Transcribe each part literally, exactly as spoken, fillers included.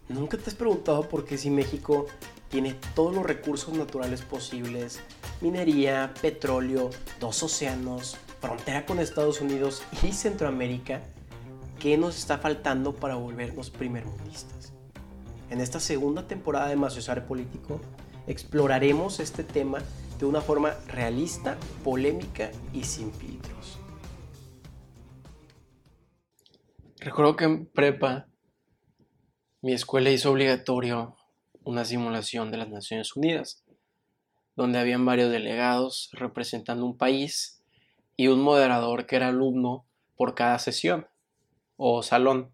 ¿Nunca te has preguntado por qué si México tiene todos los recursos naturales posibles, minería, petróleo, dos océanos, frontera con Estados Unidos y Centroamérica, qué nos está faltando para volvernos primermundistas? En esta segunda temporada de Maciosare Político exploraremos este tema de una forma realista, polémica y sin filtros. Recuerdo que en prepa mi escuela hizo obligatorio una simulación de las Naciones Unidas, donde habían varios delegados representando un país y un moderador que era alumno por cada sesión o salón.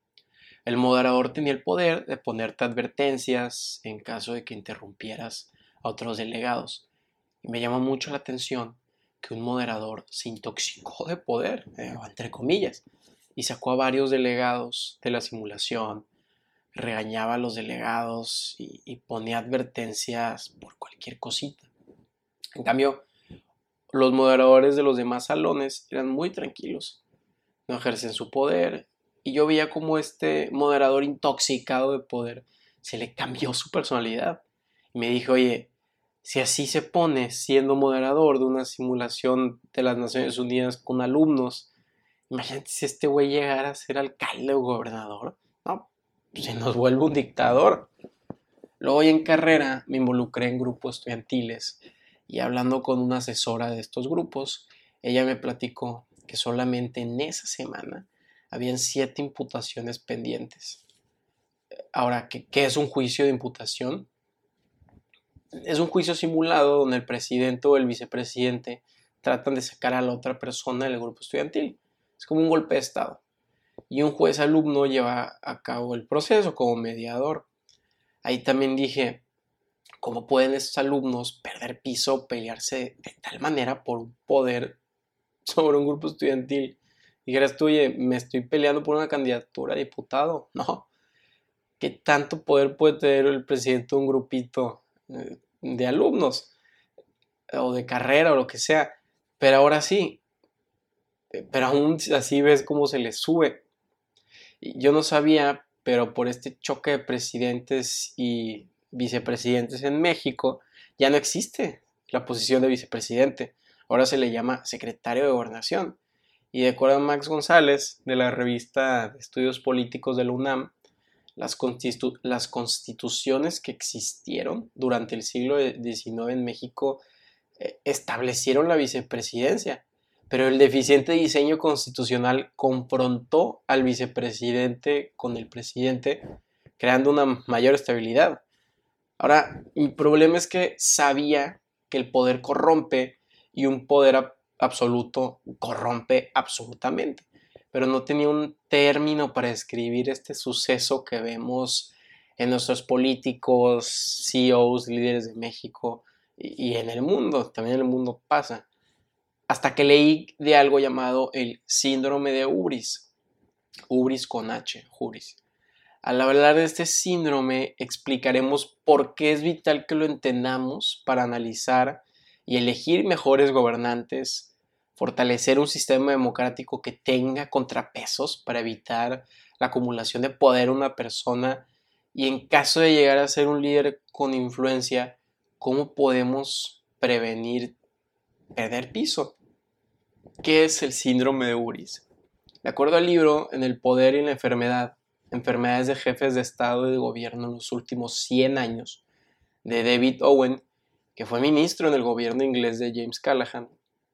El moderador tenía el poder de ponerte advertencias en caso de que interrumpieras a otros delegados. Y me llama mucho la atención que un moderador se intoxicó de poder, eh, entre comillas, y sacó a varios delegados de la simulación, regañaba a los delegados y, y ponía advertencias por cualquier cosita. En cambio, los moderadores de los demás salones eran muy tranquilos, no ejercen su poder, y yo veía como este moderador intoxicado de poder se le cambió su personalidad. Y me dije, oye, si así se pone siendo moderador de una simulación de las Naciones Unidas con alumnos, imagínate si este güey llegara a ser alcalde o gobernador. No, se nos vuelve un dictador. Luego ya en carrera me involucré en grupos estudiantiles y hablando con una asesora de estos grupos, ella me platicó que solamente en esa semana habían siete imputaciones pendientes. Ahora, ¿qué, qué es un juicio de imputación? Es un juicio simulado donde el presidente o el vicepresidente tratan de sacar a la otra persona del grupo estudiantil. Es como un golpe de estado. Y un juez alumno lleva a cabo el proceso como mediador. Ahí también dije, ¿cómo pueden estos alumnos perder piso, pelearse de tal manera por un poder sobre un grupo estudiantil? Dijeras tú, oye, me estoy peleando por una candidatura a diputado. No. ¿Qué tanto poder puede tener el presidente de un grupito eh, de alumnos? O de carrera o lo que sea. Pero ahora sí. Pero aún así ves cómo se les sube. Yo no sabía, pero por este choque de presidentes y vicepresidentes en México, ya no existe la posición de vicepresidente. Ahora se le llama secretario de Gobernación. Y de acuerdo a Max González, de la revista de Estudios Políticos de la UNAM, las, constitu las constituciones que existieron durante el siglo diecinueve en México eh, establecieron la vicepresidencia. Pero el deficiente diseño constitucional confrontó al vicepresidente con el presidente, creando una mayor estabilidad. Ahora, mi problema es que sabía que el poder corrompe y un poder absoluto corrompe absolutamente, pero no tenía un término para describir este suceso que vemos en nuestros políticos, C E Os, líderes de México y en el mundo, también en el mundo pasa. Hasta que leí de algo llamado el síndrome de Ubris, Ubris con H, Ubris. Al hablar de este síndrome explicaremos por qué es vital que lo entendamos para analizar y elegir mejores gobernantes, fortalecer un sistema democrático que tenga contrapesos para evitar la acumulación de poder en una persona y en caso de llegar a ser un líder con influencia, cómo podemos prevenir perder piso. ¿Qué es el síndrome de Ubris? De acuerdo al libro En el poder y la enfermedad, enfermedades de jefes de Estado y de gobierno en los últimos cien años, de David Owen, que fue ministro en el gobierno inglés de James Callaghan,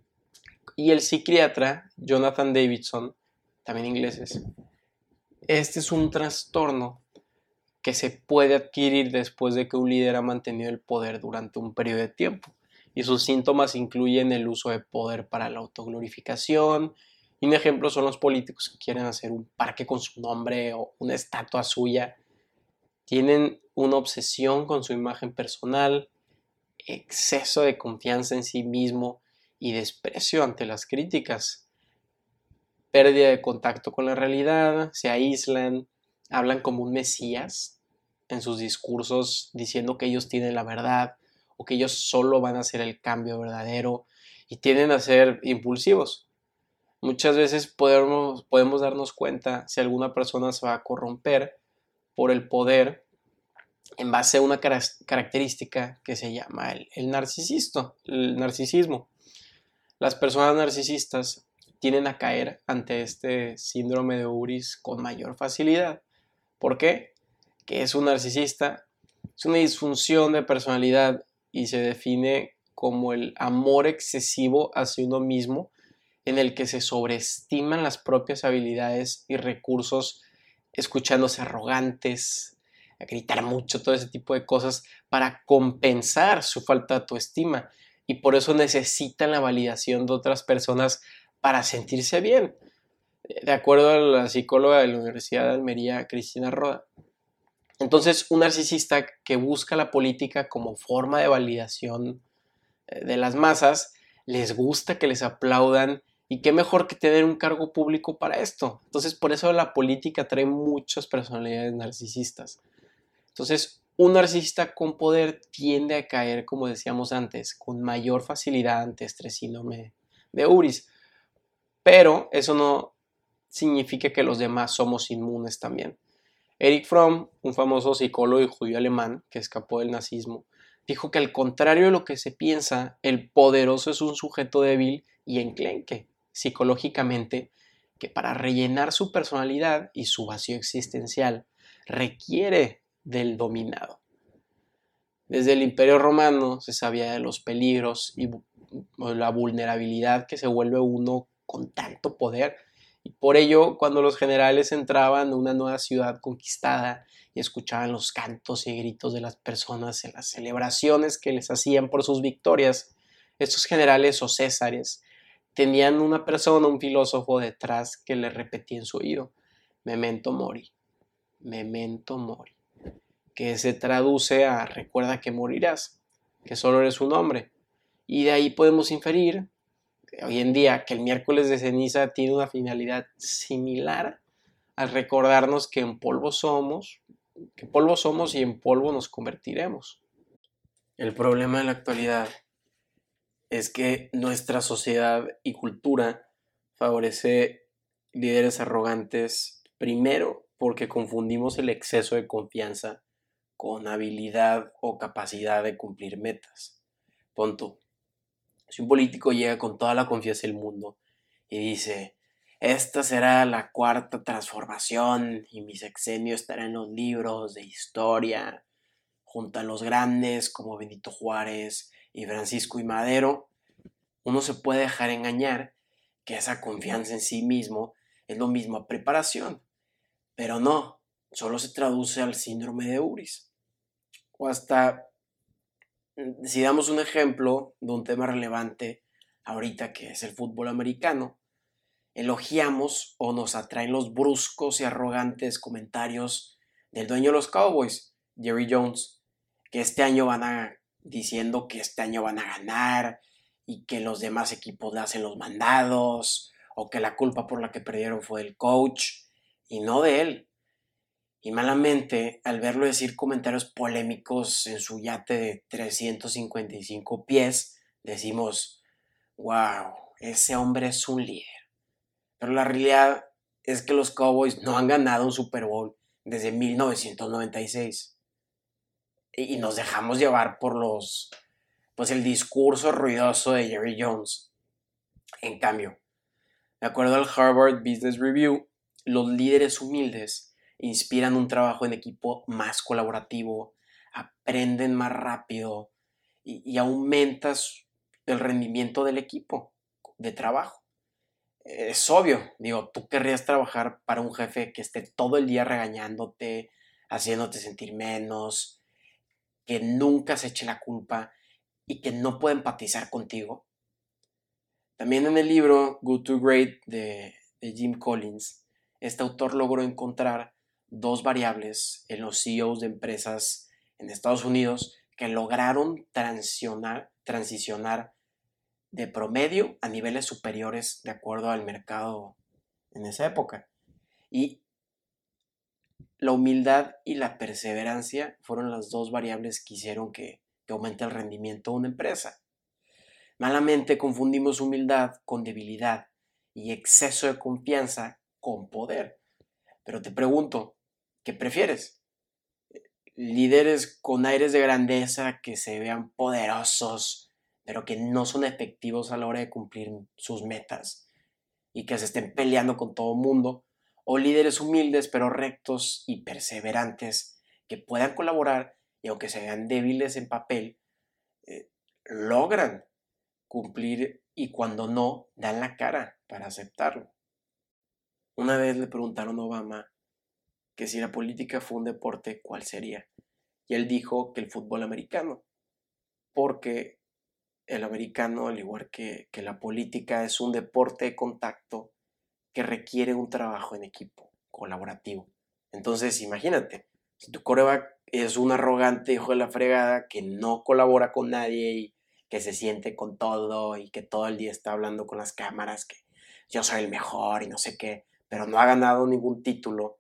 y el psiquiatra Jonathan Davidson, también ingleses. Este es un trastorno que se puede adquirir después de que un líder ha mantenido el poder durante un periodo de tiempo. Y sus síntomas incluyen el uso de poder para la autoglorificación. Y un ejemplo son los políticos que quieren hacer un parque con su nombre o una estatua suya. Tienen una obsesión con su imagen personal, exceso de confianza en sí mismo y desprecio ante las críticas. Pérdida de contacto con la realidad, se aíslan, hablan como un mesías en sus discursos diciendo que ellos tienen la verdad o que ellos solo van a hacer el cambio verdadero y tienden a ser impulsivos. Muchas veces podemos, podemos darnos cuenta si alguna persona se va a corromper por el poder en base a una característica que se llama el, el narcisismo, el narcisismo. Las personas narcisistas tienden a caer ante este síndrome de Uris con mayor facilidad. ¿Por qué? ¿Qué es un narcisista? Es una disfunción de personalidad y se define como el amor excesivo hacia uno mismo, en el que se sobreestiman las propias habilidades y recursos, escuchándose arrogantes, a gritar mucho, todo ese tipo de cosas para compensar su falta de autoestima, y por eso necesitan la validación de otras personas para sentirse bien. De acuerdo a la psicóloga de la Universidad de Almería, Cristina Roda. Entonces, un narcisista que busca la política como forma de validación de las masas, les gusta que les aplaudan, y qué mejor que tener un cargo público para esto. Entonces, por eso la política trae muchas personalidades narcisistas. Entonces, un narcisista con poder tiende a caer, como decíamos antes, con mayor facilidad ante este síndrome de Uris. Pero eso no significa que los demás somos inmunes también. Erich Fromm, un famoso psicólogo y judío alemán que escapó del nazismo, dijo que al contrario de lo que se piensa, el poderoso es un sujeto débil y enclenque psicológicamente, que para rellenar su personalidad y su vacío existencial requiere del dominado. Desde el Imperio Romano se sabía de los peligros y la vulnerabilidad que se vuelve uno con tanto poder. Y por ello, cuando los generales entraban a una nueva ciudad conquistada y escuchaban los cantos y gritos de las personas en las celebraciones que les hacían por sus victorias, estos generales o césares tenían una persona, un filósofo detrás que le repetía en su oído: Memento mori, memento mori, que se traduce a recuerda que morirás, que solo eres un hombre. Y de ahí podemos inferir hoy en día que el miércoles de ceniza tiene una finalidad similar al recordarnos que en polvo somos, que polvo somos y en polvo nos convertiremos. El problema de la actualidad es que nuestra sociedad y cultura favorece líderes arrogantes, primero porque confundimos el exceso de confianza con habilidad o capacidad de cumplir metas. Pon tú, si un político llega con toda la confianza del mundo y dice: esta será la cuarta transformación y mi sexenio estará en los libros de historia, junto a los grandes como Benito Juárez y Francisco I. Madero, uno se puede dejar engañar que esa confianza en sí mismo es lo mismo a preparación, pero no, solo se traduce al síndrome de Uris. O hasta, si damos un ejemplo de un tema relevante ahorita, que es el fútbol americano, elogiamos o nos atraen los bruscos y arrogantes comentarios del dueño de los Cowboys, Jerry Jones, que este año van a, diciendo que este año van a ganar y que los demás equipos le hacen los mandados, o que la culpa por la que perdieron fue del coach y no de él. Y malamente, al verlo decir comentarios polémicos en su yate de trescientos cincuenta y cinco pies, decimos: wow, ese hombre es un líder. Pero la realidad es que los Cowboys no han ganado un Super Bowl desde mil novecientos noventa y seis. Y nos dejamos llevar por los, pues el discurso ruidoso de Jerry Jones. En cambio, de acuerdo al Harvard Business Review, los líderes humildes inspiran un trabajo en equipo más colaborativo, aprenden más rápido y, y aumentas el rendimiento del equipo de trabajo. Es obvio, digo, tú querrías trabajar para un jefe que esté todo el día regañándote, haciéndote sentir menos, que nunca se eche la culpa y que no pueda empatizar contigo. También en el libro Good to Great de, de Jim Collins, este autor logró encontrar dos variables en los C E Os de empresas en Estados Unidos que lograron transicionar, transicionar de promedio a niveles superiores de acuerdo al mercado en esa época. Y la humildad y la perseverancia fueron las dos variables que hicieron que, que aumente el rendimiento de una empresa. Malamente confundimos humildad con debilidad y exceso de confianza con poder. Pero te pregunto, ¿qué prefieres? líderes con aires de grandeza que se vean poderosos, pero que no son efectivos a la hora de cumplir sus metas y que se estén peleando con todo el mundo, o líderes humildes pero rectos y perseverantes que puedan colaborar y aunque se vean débiles en papel, eh, logran cumplir y cuando no, dan la cara para aceptarlo. Una vez le preguntaron a Obama que si la política fue un deporte, ¿cuál sería? Y él dijo que el fútbol americano, porque el americano, al igual que, que la política, es un deporte de contacto que requiere un trabajo en equipo, colaborativo. Entonces, imagínate, si tu quarterback es un arrogante hijo de la fregada que no colabora con nadie y que se siente con todo y que todo el día está hablando con las cámaras que yo soy el mejor y no sé qué, pero no ha ganado ningún título,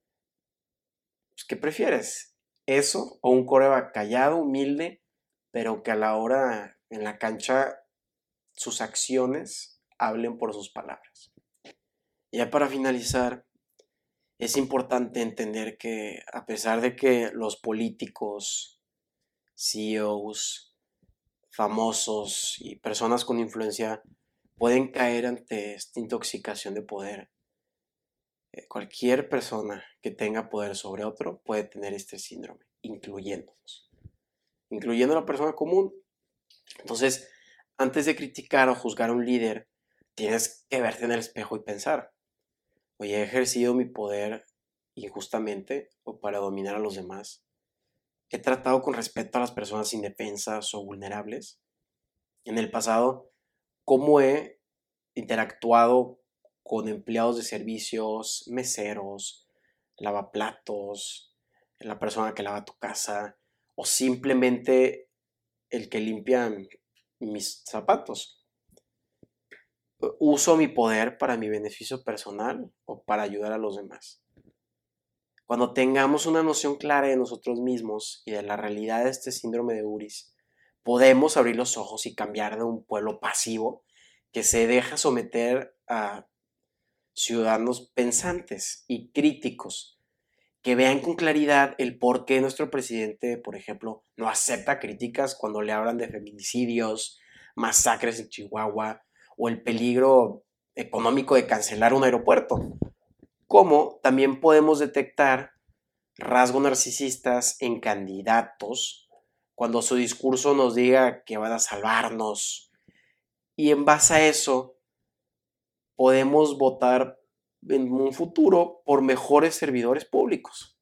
pues, ¿qué prefieres? ¿Eso o un quarterback callado, humilde, pero que a la hora en la cancha sus acciones hablen por sus palabras? Ya para finalizar, es importante entender que a pesar de que los políticos, C E Os, famosos y personas con influencia pueden caer ante esta intoxicación de poder, eh, cualquier persona que tenga poder sobre otro puede tener este síndrome, incluyéndonos, incluyendo a la persona común. Entonces, antes de criticar o juzgar a un líder, tienes que verte en el espejo y pensar, oye, he ejercido mi poder injustamente o para dominar a los demás. He tratado con respeto a las personas indefensas o vulnerables. En el pasado, ¿cómo he interactuado con empleados de servicios, meseros, lavaplatos, la persona que lava tu casa o simplemente el que limpia mis zapatos? ¿Uso mi poder para mi beneficio personal o para ayudar a los demás? Cuando tengamos una noción clara de nosotros mismos y de la realidad de este síndrome de Uris, podemos abrir los ojos y cambiar de un pueblo pasivo que se deja someter a ciudadanos pensantes y críticos, que vean con claridad el por qué nuestro presidente, por ejemplo, no acepta críticas cuando le hablan de feminicidios, masacres en Chihuahua o el peligro económico de cancelar un aeropuerto. Como también podemos detectar rasgos narcisistas en candidatos cuando su discurso nos diga que van a salvarnos y en base a eso podemos votar en un futuro por mejores servidores públicos.